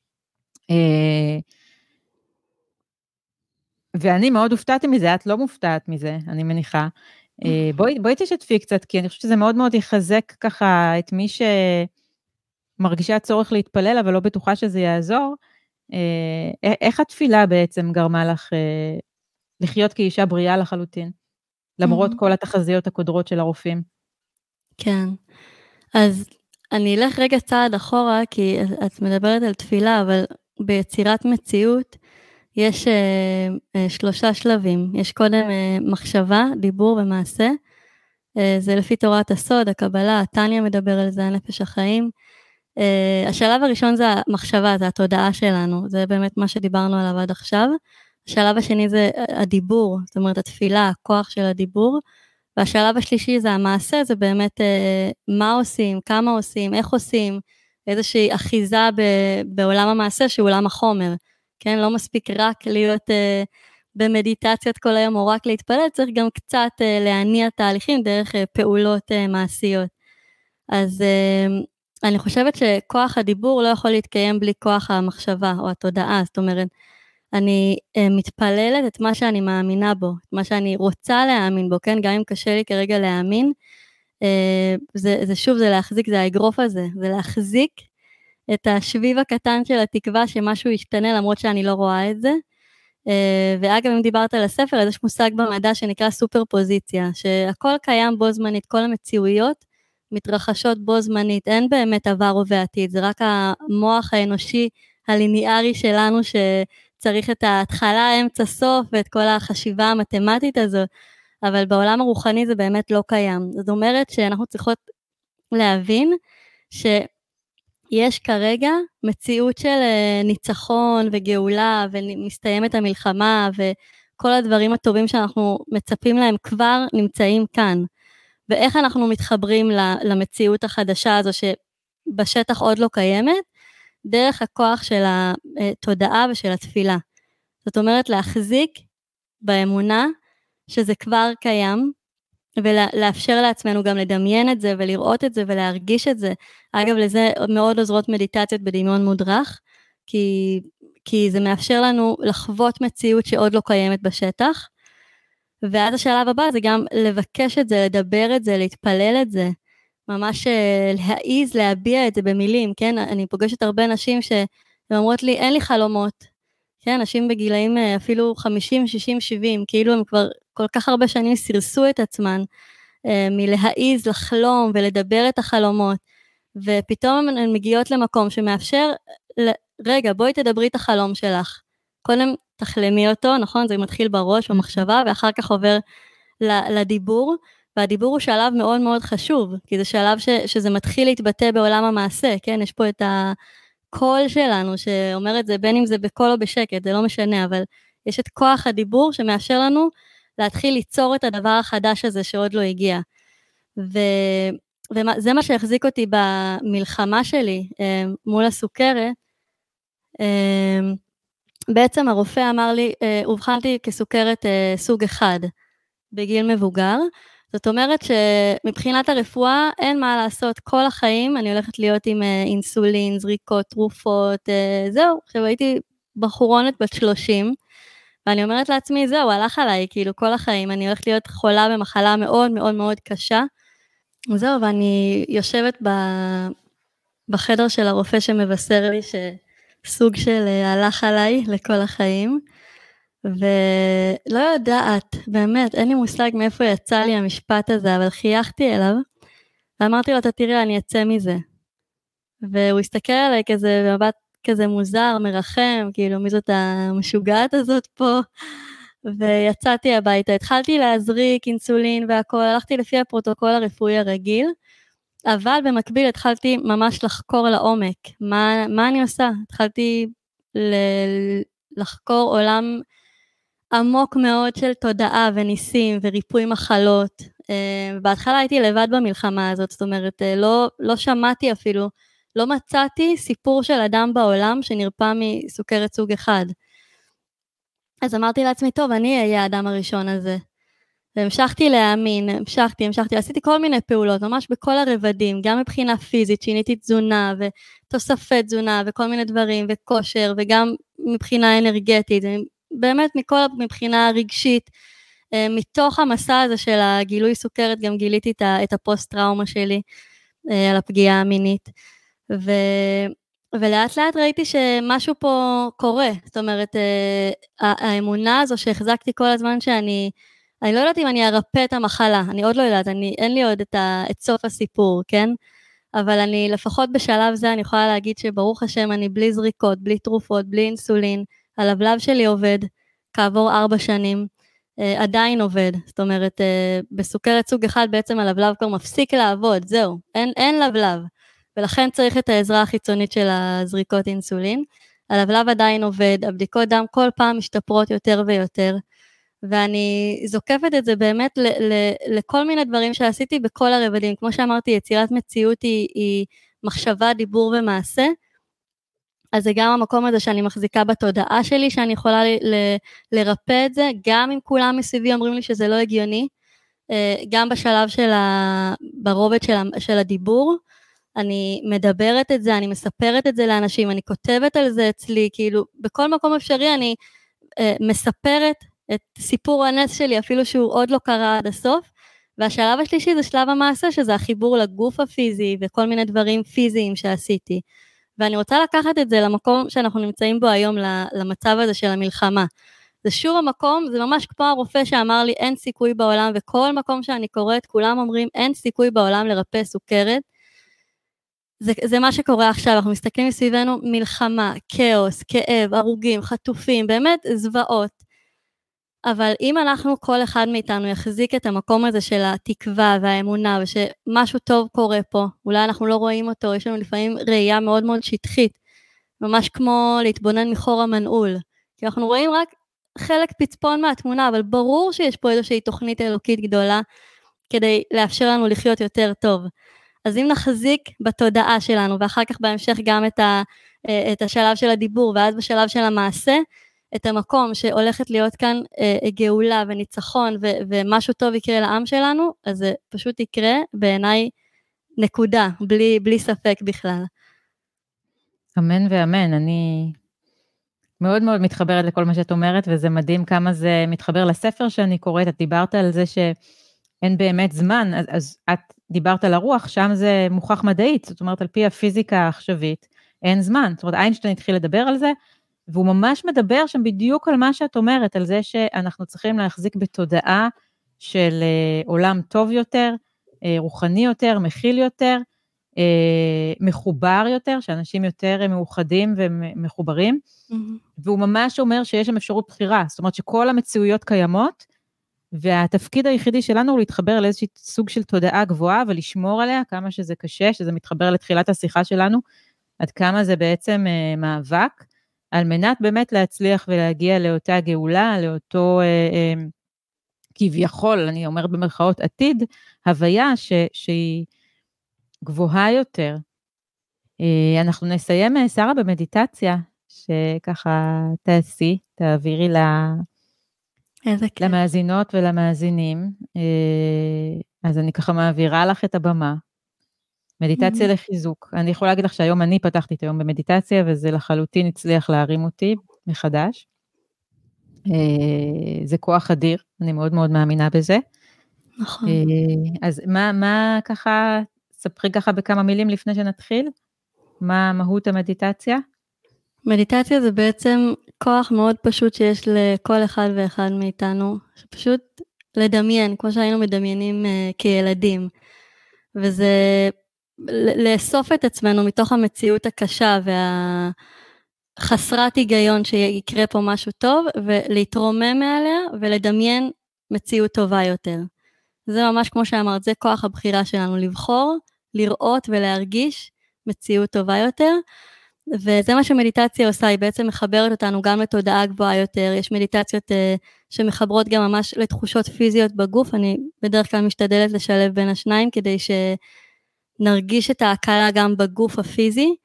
ואני מאוד הופתעתי מזה, את לא מופתעת מזה, אני מניחה. בואי תשתפי קצת, כי אני חושבת שזה מאוד מאוד יחזק ככה את מי שמרגישה צורך להתפלל, אבל לא בטוחה שזה יעזור. איך התפילה בעצם גרמה לך לחיות כאישה בריאה לחלוטין, למרות כל התחזיות הקודרות של הרופאים?
כן, אז אני אלך רגע צעד אחורה, כי את מדברת על תפילה, אבל ביצירת מציאות יש 3 שלבים. יש קודם מחשבה, דיבור ומעשה. זה לפי תורת הסוד, הקבלה, התניא מדבר על זה, הנפש החיים. השלב הראשון זה המחשבה, זה התודעה שלנו, זה באמת מה שדיברנו עליו עד עכשיו. השלב השני זה הדיבור, זאת אומרת התפילה, הכוח של הדיבור. והשלב השלישי זה המעשה, זה באמת מה עושים, כמה עושים, איך עושים, איזושהי אחיזה בעולם המעשה שהוא עולם החומר, כן? לא מספיק רק להיות במדיטציות כל היום או רק להתפלל, צריך גם קצת להניע תהליכים דרך פעולות מעשיות. אז אני חושבת שכוח הדיבור לא יכול להתקיים בלי כוח המחשבה או התודעה, זאת אומרת, אני מתפללת את מה שאני מאמינה בו, את מה שאני רוצה להאמין בו, כן? גם אם קשה לי כרגע להאמין, זה שוב, זה להחזיק, זה האגרוף הזה, זה להחזיק את השביב הקטן של התקווה שמשהו ישתנה למרות שאני לא רואה את זה. ואגב, אם דיברת על הספר, אז יש מושג במדע שנקרא סופר פוזיציה, שהכל קיים בו זמנית, כל המציאויות מתרחשות בו זמנית, אין באמת עבר ועתיד, זה רק המוח האנושי הליניארי שלנו שצריך את ההתחלה, אמצע, סוף ואת כל החשיבה המתמטית הזאת, אבל בעולם הרוחני זה באמת לא קיים. זאת אומרת שאנחנו צריכות להבין שיש כרגע מציאות של ניצחון וגאולה ומסתיימת המלחמה וכל הדברים הטובים שאנחנו מצפים להם כבר נמצאים כאן. ואיך אנחנו מתחברים למציאות החדשה הזו שבשטח עוד לא קיימת? דרך הכוח של התודעה ושל התפילה. זאת אומרת להחזיק באמונה שזה כבר קיים, ולאפשר לעצמנו גם לדמיין את זה ולראות את זה ולהרגיש את זה. אגב, לזה מאוד עוזרות מדיטציות בדמיון מודרך, כי זה מאפשר לנו לחוות מציאות שעוד לא קיימת בשטח, ואז השלב הבא זה גם לבקש את זה, לדבר את זה, להתפלל את זה, ממש להעיז, להביע את זה במילים, כן? אני פוגשת הרבה נשים שאומרות לי, אין לי חלומות, כן? נשים בגילאים אפילו 50, 60, 70, כאילו הם כבר כל כך הרבה שנים סרסו את עצמן, מלהעיז, לחלום ולדבר את החלומות, ופתאום הן מגיעות למקום שמאפשר, רגע, בואי תדברי את החלום שלך, קודם תחלמי אותו, נכון? זה מתחיל בראש, במחשבה, ואחר כך עובר לדיבור, והדיבור הוא שלב מאוד מאוד חשוב, כי זה שלב שזה מתחיל להתבטא בעולם המעשה, כן? יש פה את הקול שלנו, שאומר את זה, בין אם זה בקול או בשקט, זה לא משנה, אבל יש את כוח הדיבור שמאפשר לנו להתחיל ליצור את הדבר החדש הזה שעוד לא הגיע. וזה מה שהחזיק אותי במלחמה שלי מול הסוכרת, בעצם הרופא אמר לי, הובחנתי כסוכרת סוג 1 בגיל מבוגר, זאת אומרת שמבחינת הרפואה אין מה לעשות כל החיים, אני הולכת להיות עם אינסולין, זריקות, תרופות, זהו, עכשיו הייתי בחורונת בת 30, ואני אומרת לעצמי, זהו, הלך עליי, כאילו כל החיים, אני הולכת להיות חולה במחלה מאוד מאוד מאוד קשה, וזהו, ואני יושבת בחדר של הרופא שמבשר לי סוג של הלך עליי לכל החיים, ולא יודעת, באמת, אין לי מושג מאיפה יצא לי המשפט הזה, אבל חייכתי אליו, ואמרתי לו, אתה תראה, אני אצא מזה. והוא הסתכל עליי כזה, במבט כזה מוזר, מרחם, כאילו, מי זאת המשוגעת הזאת פה, ויצאתי הביתה, התחלתי להזריק אינסולין והכל, הלכתי לפי הפרוטוקול הרפואי הרגיל, אבל במקביל התחלתי ממש לחקור לעומק, מה אני עושה? התחלתי לחקור עולם עמוק מאוד של תודעה וניסים וריפוי מחלות, ובהתחלה הייתי לבד במלחמה הזאת, זאת אומרת, לא שמעתי אפילו, לא מצאתי סיפור של אדם בעולם שנרפא מסוכרת סוג 1. אז אמרתי לעצמי, טוב, אני אהיה האדם הראשון הזה. והמשכתי להאמין, המשכתי, עשיתי כל מיני פעולות, ממש בכל הרבדים, גם מבחינה פיזית, שיניתי תזונה ותוספי תזונה וכל מיני דברים, וכושר, וגם מבחינה אנרגטית, באמת מבחינה רגשית, מתוך המסע הזה של הגילוי סוכרת, גם גיליתי את הפוסט-טראומה שלי, על הפגיעה המינית, ולאט לאט ראיתי שמשהו פה קורה, זאת אומרת, האמונה הזו שהחזקתי כל הזמן שאני לא יודעת אם אני ארפא את המחלה, אני עוד לא יודעת, אין לי עוד את סוף הסיפור, כן? אבל אני לפחות בשלב זה אני יכולה להגיד שברוך השם אני בלי זריקות, בלי תרופות, בלי אינסולין, הלבלב שלי עובד, כעבור 4 שנים, עדיין עובד, זאת אומרת, בסוכרת סוג 1 בעצם הלבלב כבר מפסיק לעבוד, זהו, אין לבלב, ולכן צריך את העזרה החיצונית של הזריקות אינסולין, הלבלב עדיין עובד, הבדיקות דם כל פעם משתפרות יותר ויותר, ואני זוקפת את זה באמת לכל מיני דברים שעשיתי בכל הרבדים, כמו שאמרתי, יצירת מציאות היא מחשבה, דיבור ומעשה, אז זה גם המקום הזה שאני מחזיקה בתודעה שלי, שאני יכולה לרפא את זה, גם אם כולם מסביבי אומרים לי שזה לא הגיוני, גם בשלב ברובד של הדיבור, אני מדברת את זה, אני מספרת את זה לאנשים, אני כותבת על זה אצלי, כאילו בכל מקום אפשרי אני מספרת את סיפור הנס שלי, אפילו שהוא עוד לא קרה עד הסוף, והשלב השלישי זה שלב המעשה, שזה החיבור לגוף הפיזי, וכל מיני דברים פיזיים שעשיתי. ואני רוצה לקחת את זה למקום שאנחנו נמצאים בו היום, למצב הזה של המלחמה. זה שוב המקום, זה ממש כמו הרופא שאמר לי, אין סיכוי בעולם, וכל מקום שאני קוראת, כולם אומרים, אין סיכוי בעולם לרפא סוכרת. זה מה שקורה עכשיו, אנחנו מסתכלים מסביבנו, מלחמה, כאוס, כאב, הרוגים, חטופים, באמת זוועות. אבל אם אנחנו, כל אחד מאיתנו, יחזיק את המקום הזה של התקווה והאמונה, ושמשהו טוב קורה פה, אולי אנחנו לא רואים אותו, יש לנו לפעמים ראייה מאוד מאוד שטחית, ממש כמו להתבונן מחור המנעול, כי אנחנו רואים רק חלק פצפון מהתמונה, אבל ברור שיש פה איזושהי תוכנית אלוקית גדולה, כדי לאפשר לנו לחיות יותר טוב. אז אם נחזיק בתודעה שלנו, ואחר כך בהמשך גם את השלב של הדיבור, ואז בשלב של המעשה, את המקום שהולכת להיות כאן גאולה וניצחון, ומשהו טוב יקרה לעם שלנו, אז זה פשוט יקרה בעיניי נקודה, בלי ספק בכלל. אמן
ואמן, אני מאוד מאוד מתחברת לכל מה שאת אומרת, וזה מדהים כמה זה מתחבר לספר שאני קוראת, את דיברת על זה שאין באמת זמן, אז את דיברת על הרוח, שם זה מוכח מדעית, זאת אומרת על פי הפיזיקה העכשווית, אין זמן, זאת אומרת איינשטיין התחיל לדבר על זה, והוא ממש מדבר שם בדיוק על מה שאת אומרת, על זה שאנחנו צריכים להחזיק בתודעה של עולם טוב יותר, רוחני יותר, מכיל יותר, מחובר יותר, שאנשים יותר מאוחדים ומחוברים, והוא ממש אומר שיש שם אפשרות בחירה, זאת אומרת שכל המציאויות קיימות, והתפקיד היחידי שלנו הוא להתחבר לאיזושהי סוג של תודעה גבוהה, ולשמור עליה כמה שזה קשה, שזה מתחבר לתחילת השיחה שלנו, עד כמה זה בעצם מאבק, על מנת באמת להצליח ולהגיע לאותה גאולה, לאותו כביכול, אני אומרת במרכאות עתיד, הוויה שהיא גבוהה יותר. אנחנו נסיים, שרה, במדיטציה, שככה תעבירי למאזינות ולמאזינים. אז אני ככה מעבירה לך את הבמה. מדיטציה לחיזוק. אני יכולה להגיד לך שהיום אני פתחתי את היום במדיטציה, וזה לחלוטין הצליח להרים אותי מחדש. זה כוח אדיר, אני מאוד מאוד מאמינה בזה.
נכון.
אז מה ככה, ספרי ככה בכמה מילים לפני שנתחיל? מה מהות המדיטציה?
מדיטציה זה בעצם כוח מאוד פשוט שיש לכל אחד ואחד מאיתנו, שפשוט לדמיין, כמו שהיינו מדמיינים כילדים. וזה לאסוף את עצמנו מתוך המציאות הקשה והחסרת היגיון שיקרה פה משהו טוב, ולהתרומם מעליה ולדמיין מציאות טובה יותר. זה ממש כמו שאמרת, זה כוח הבחירה שלנו, לבחור, לראות ולהרגיש מציאות טובה יותר, וזה מה שמדיטציה עושה, היא בעצם מחברת אותנו גם לתודעה גבוהה יותר, יש מדיטציות שמחברות גם ממש לתחושות פיזיות בגוף, אני בדרך כלל משתדלת לשלב בין השניים, כדי שנרגיש את ההקלה גם בגוף הפיזי,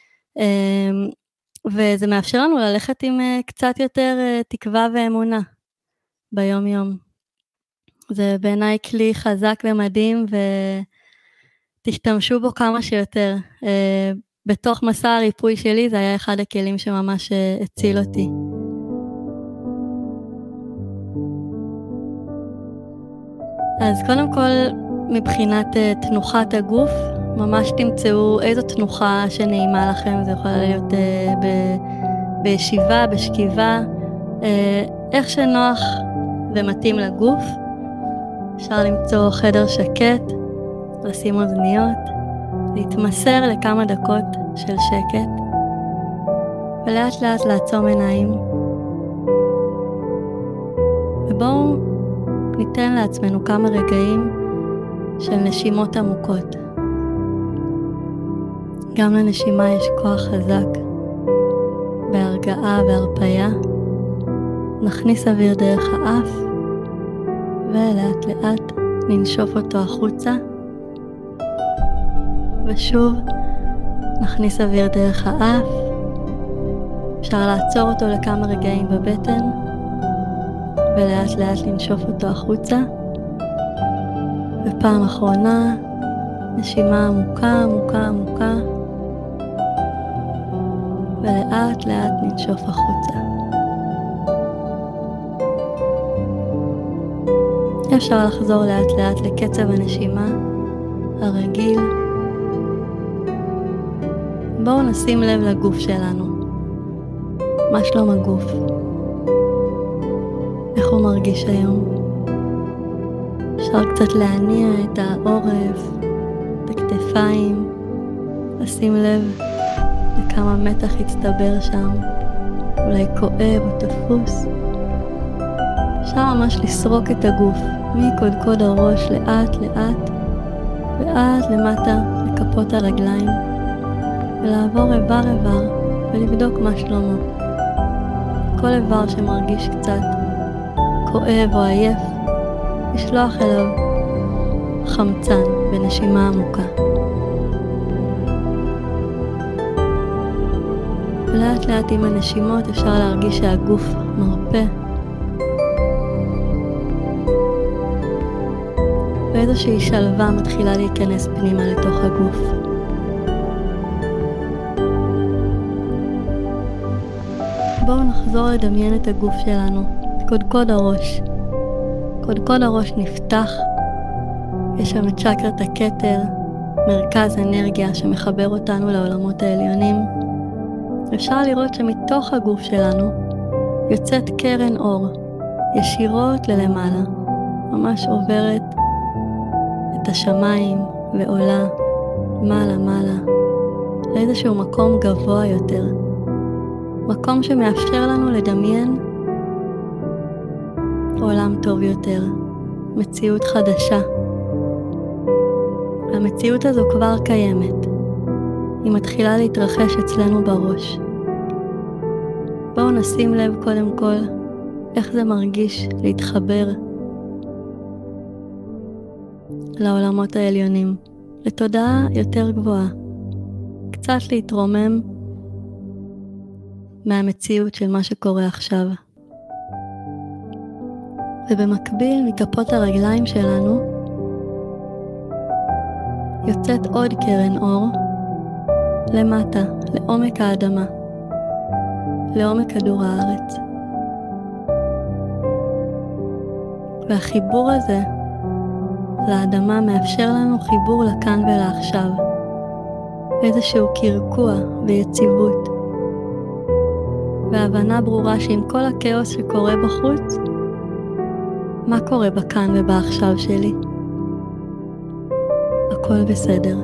וזה מאפשר לנו ללכת עם קצת יותר תקווה ואמונה ביום יום. זה בעיניי כלי חזק ומדהים, ותשתמשו בו כמה שיותר. בתוך מסע הריפוי שלי, זה היה אחד הכלים שממש הציל אותי. אז קודם כל, מבחינת תנוחת הגוף, ממש תמצאו איזו תנוחה שנעימה לכם, זה יכול להיות בישיבה, בשכיבה, איך שנוח ומתאים לגוף. אפשר למצוא חדר שקט, לשים אוזניות, להתמסר לכמה דקות של שקט, ולאט לאט לעצום עיניים. ובואו ניתן לעצמנו כמה רגעים של נשימות עמוקות. גם לנשימה יש כוח חזק בהרגעה והרפיה. נכניס אוויר דרך האף, ולאט לאט ננשוף אותו החוצה. ושוב נכניס אוויר דרך האף, אפשר לעצור אותו לכמה רגעים בבטן, ולאט לאט לנשוף אותו החוצה. ופעם אחרונה, נשימה עמוקה, עמוקה, עמוקה, ולאט לאט ננשוף החוצה. אפשר לחזור לאט לאט לקצב הנשימה הרגיל. בואו נשים לב לגוף שלנו. מה שלום הגוף? איך הוא מרגיש היום? אפשר קצת להניע את העורף, את הכתפיים, לשים לב לכמה מתח יצטבר שם, אולי כואב או תפוס. אפשר ממש לסרוק את הגוף מקודקוד הראש לאט לאט ועד למטה לכפות הרגליים, ולעבור איבר איבר ולבדוק מה שלמה. כל איבר שמרגיש קצת כואב או עייף, לשלוח אליו חמצן בנשימה עמוקה. ולאט לאט עם הנשימות אפשר להרגיש שהגוף מרפא, ואיזושהי שלווה מתחילה להיכנס פנימה לתוך הגוף. בואו נחזור לדמיין את הגוף שלנו, את קודקוד הראש. קודקוד הראש נפתח, יש שם את צ'קרת הכתר, מרכז אנרגיה שמחבר אותנו לעולמות העליונים. אפשר לראות שמתוך הגוף שלנו יוצאת קרן אור, ישירות ללמעלה, ממש עוברת את השמיים ועולה מעלה מעלה, לאיזשהו מקום גבוה יותר. מקום שמאפשר לנו לדמיין עולם טוב יותר, מציאות חדשה. המציאות הזו כבר קיימת, היא מתחילה להתרחש אצלנו בראש. בואו נשים לב קודם כל איך זה מרגיש להתחבר לעולמות העליונים, לתודעה יותר גבוהה, קצת להתרומם מהמציאות של מה שקורה עכשיו. ובמקביל מכפות הרגליים שלנו יוצאת עוד קרן אור למטה, לעומק האדמה, לעומק כדור הארץ. והחיבור הזה לאדמה מאפשר לנו חיבור לכאן ולעכשיו, איזשהו קרקוע ויציבות, והבנה ברורה שעם כל הכאוס שקורה בחוץ, מה קורה בכאן ובעכשיו שלי? הכל בסדר.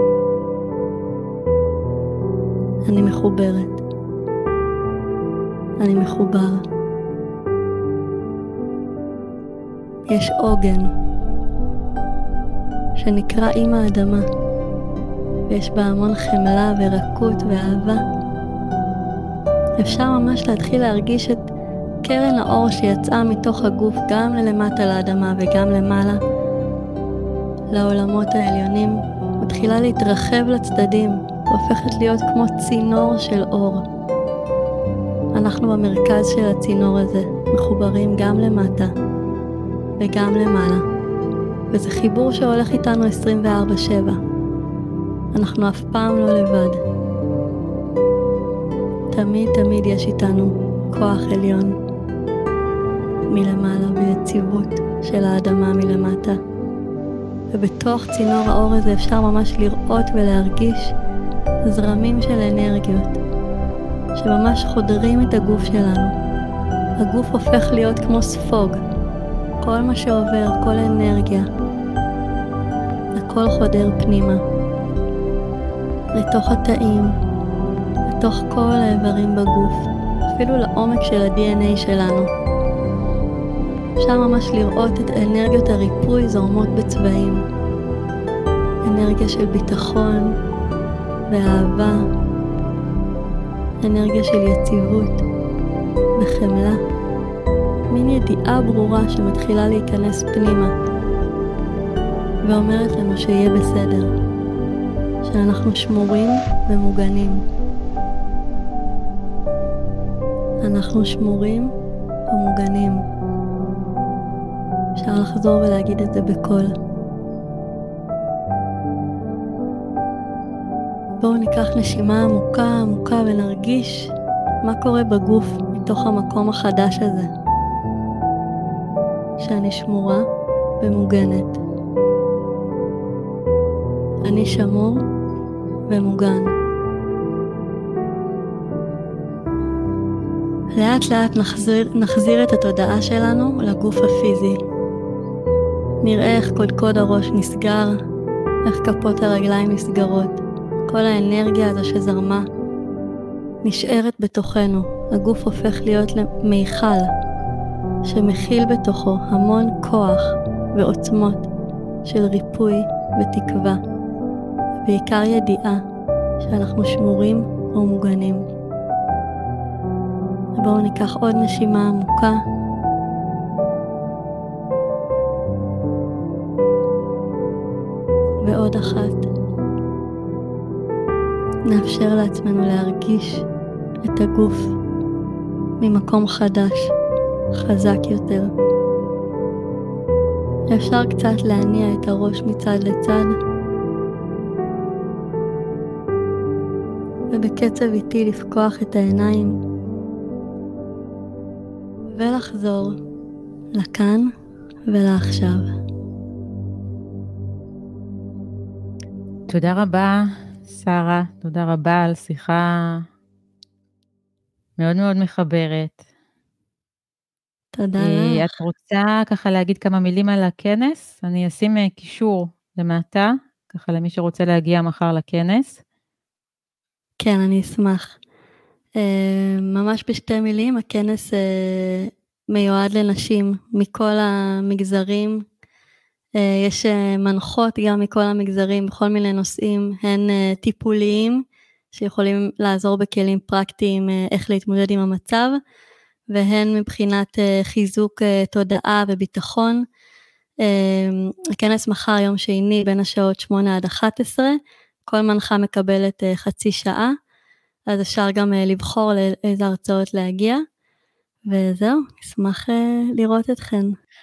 אני מחוברת. אני מחובר. יש עוגן שנקרא אמא האדמה, ויש בה המון חמלה ורקות ואהבה. אפשר ממש להתחיל להרגיש את קרן האור שיצאה מתוך הגוף גם ללמטה לאדמה וגם למעלה לעולמות העליונים, מתחילה להתרחב לצדדים, והופכת להיות כמו צינור של אור. אנחנו במרכז של הצינור הזה, מחוברים גם למטה וגם למעלה, וזה חיבור שהולך איתנו 24/7. אנחנו אף פעם לא לבד. תמיד תמיד יש איתנו כוח עליון מלמעלה ויציבות של האדמה מלמטה. ובתוך צינור האור הזה אפשר ממש לראות ולהרגיש זרמים של אנרגיות שממש חודרים את הגוף שלנו. הגוף הופך להיות כמו ספוג. כל מה שעובר, כל אנרגיה, הכל חודר פנימה, לתוך התאים, לתוך כל האיברים בגוף, אפילו לעומק של ה-DNA שלנו. אפשר ממש לראות את אנרגיות הריפוי זורמות בצבעים. אנרגיה של ביטחון ואהבה, אנרגיה של יציבות וחמלה. מין ידיעה ברורה שמתחילה להיכנס פנימה ואומרת לנו שיהיה בסדר, שאנחנו שמורים ומוגנים. אנחנו שמורים ומוגנים. אפשר לחזור ולהגיד את זה בקול. בואו ניקח נשימה עמוקה עמוקה ונרגיש מה קורה בגוף מתוך המקום החדש הזה. שאני שמורה ומוגנת. אני שמור ומוגן. לאט לאט נחזיר את התודעה שלנו לגוף הפיזי. נראה איך קודקוד הראש נסגר, איך כפות הרגליים נסגרות. כל האנרגיה הזו שזרמה נשארת בתוכנו. הגוף הופך להיות למיכל שמכיל בתוכו המון כוח ועוצמות של ריפוי ותקווה. בעיקר ידיעה שאנחנו שמורים ומוגנים. בואו ניקח עוד נשימה עמוקה. ועוד אחת. נאפשר לעצמנו להרגיש את הגוף ממקום חדש, חזק יותר. אפשר קצת להניע את הראש מצד לצד. ובקצב איטי לפקוח את העיניים. ולחזור לכאן ולעכשיו.
תודה רבה, שרה. תודה רבה על שיחה מאוד מאוד מחברת.
תודה לך.
את רוצה ככה להגיד כמה מילים על הכנס? אני אשים קישור למטה, ככה למי שרוצה להגיע מחר לכנס.
כן, אני אשמח. ממש בשתי מילים, הכנס מיועד לנשים מכל המגזרים. יש מנחות גם מכל המגזרים בכל מיני נושאים, הן טיפוליים שיכולים לעזור בכלים פרקטיים איך להתמודד עם המצב, והן מבחינת חיזוק תודעה וביטחון. הכנס מחר יום שני בין השעות 8 עד 11, כל מנחה מקבלת חצי שעה, אז אפשר גם לבחור לאיזה הרצאות להגיע, וזהו, נשמח לראות אתכן.